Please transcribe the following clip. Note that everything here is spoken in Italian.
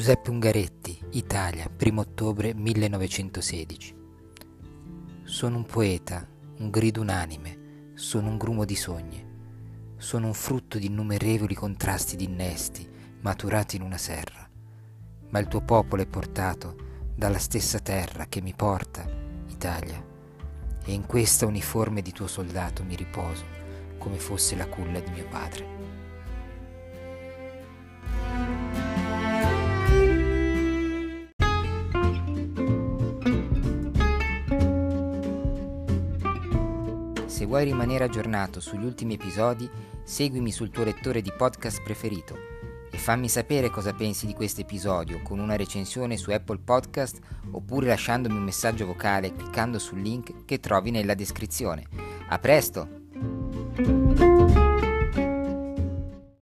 Giuseppe Ungaretti, Italia, 1 ottobre 1916. Sono un poeta, un grido unanime, sono un grumo di sogni, sono un frutto di innumerevoli contrasti di innesti maturati in una serra, ma il tuo popolo è portato dalla stessa terra che mi porta, Italia, e in questa uniforme di tuo soldato mi riposo come fosse la culla di mio padre. Se vuoi rimanere aggiornato sugli ultimi episodi, seguimi sul tuo lettore di podcast preferito e fammi sapere cosa pensi di questo episodio con una recensione su Apple Podcast oppure lasciandomi un messaggio vocale cliccando sul link che trovi nella descrizione. A presto!